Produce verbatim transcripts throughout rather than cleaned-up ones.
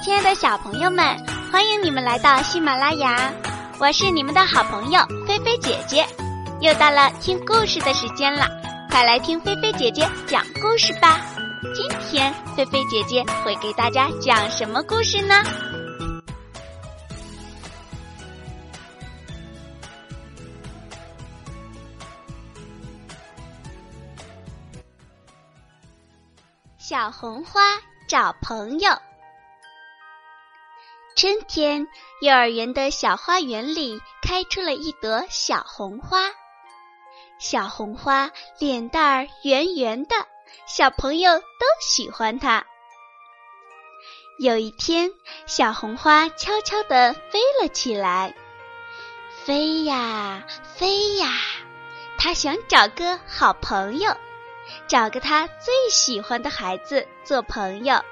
亲爱的小朋友们，欢迎你们来到喜马拉雅，我是你们的好朋友菲菲姐姐。又到了听故事的时间了，快来听菲菲姐姐讲故事吧。今天菲菲姐姐会给大家讲什么故事呢？小红花找朋友。春天，幼儿园的小花园里开出了一朵小红花。小红花脸蛋儿圆圆的，小朋友都喜欢它。有一天，小红花悄悄地飞了起来，飞呀飞呀，它想找个好朋友，找个他最喜欢的孩子做朋友。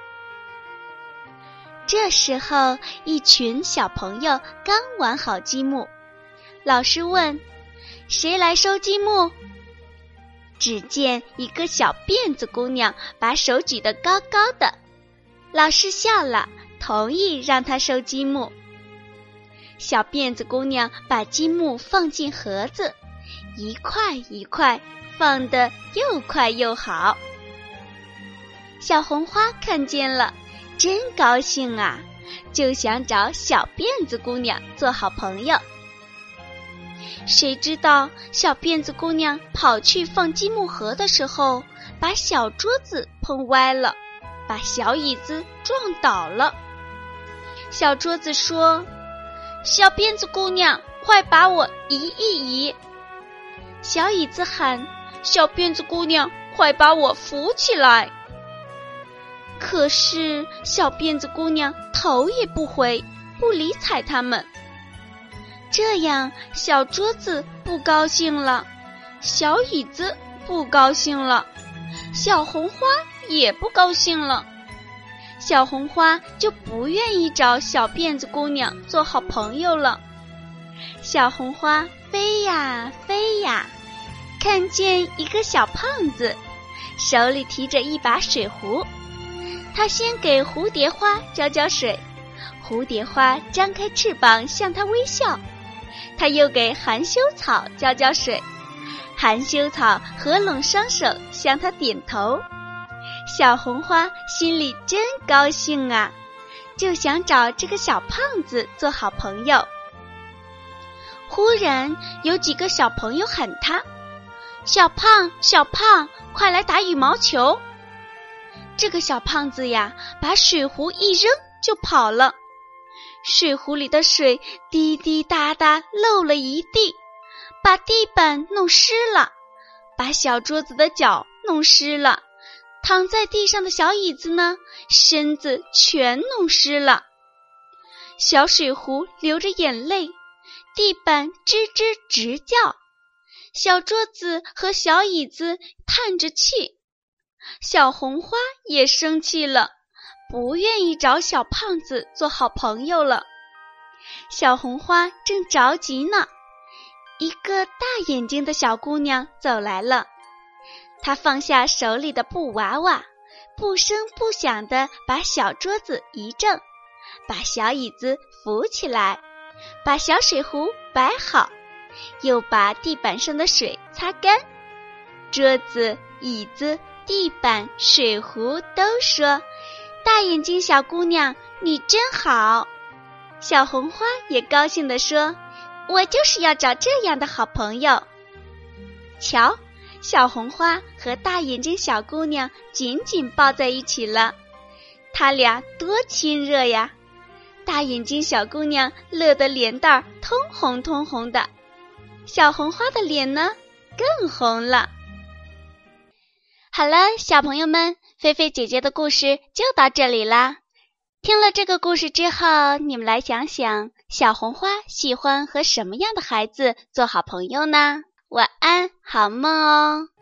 这时候，一群小朋友刚玩好积木，老师问：“谁来收积木？”只见一个小辫子姑娘把手举得高高的，老师笑了，同意让她收积木。小辫子姑娘把积木放进盒子，一块一块放得又快又好。小红花看见了，真高兴啊，就想找小辫子姑娘做好朋友。谁知道小辫子姑娘跑去放积木盒的时候，把小桌子碰歪了，把小椅子撞倒了。小桌子说：“小辫子姑娘，快把我移一移。”小椅子喊：“小辫子姑娘，快把我扶起来。”可是小辫子姑娘头也不回，不理睬他们。这样，小桌子不高兴了，小椅子不高兴了，小红花也不高兴了。小红花就不愿意找小辫子姑娘做好朋友了。小红花飞呀飞呀，看见一个小胖子，手里提着一把水壶。他先给蝴蝶花浇浇水，蝴蝶花张开翅膀向他微笑。他又给含羞草浇浇水，含羞草合拢双手向他点头。小红花心里真高兴啊，就想找这个小胖子做好朋友。忽然有几个小朋友喊他：“小胖，小胖，快来打羽毛球！”这个小胖子呀，把水壶一扔就跑了。水壶里的水滴滴答答漏了一地，把地板弄湿了，把小桌子的脚弄湿了，躺在地上的小椅子呢，身子全弄湿了。小水壶流着眼泪，地板吱吱直叫，小桌子和小椅子叹着气。小红花也生气了，不愿意找小胖子做好朋友了。小红花正着急呢，一个大眼睛的小姑娘走来了。她放下手里的布娃娃，不声不响地把小桌子一正，把小椅子扶起来，把小水壶摆好，又把地板上的水擦干。桌子、椅子、地板、水壶都说：“大眼睛小姑娘，你真好。”小红花也高兴地说：“我就是要找这样的好朋友。”瞧，小红花和大眼睛小姑娘紧紧抱在一起了，他俩多亲热呀！大眼睛小姑娘乐得脸蛋儿通红通红的，小红花的脸呢更红了。好了，小朋友们，菲菲姐姐的故事就到这里啦。听了这个故事之后，你们来想想，小红花喜欢和什么样的孩子做好朋友呢？晚安，好梦哦。